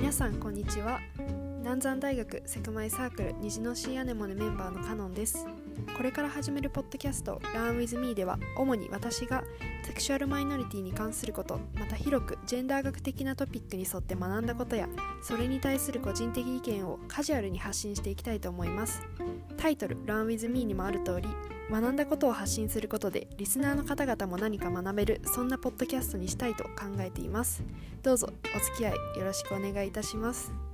皆さんこんにちは。南山大学セクマイサークル虹のシーアネモネメンバーのカノンです。これから始めるポッドキャスト Learn with Me では、主に私がセクシュアルマイノリティに関すること、また広くジェンダー学的なトピックに沿って学んだことや、それに対する個人的意見をカジュアルに発信していきたいと思います。タイトル Learn with Me にもある通り、学んだことを発信することでリスナーの方々も何か学べる、そんなポッドキャストにしたいと考えています。どうぞお付き合いよろしくお願いいたします。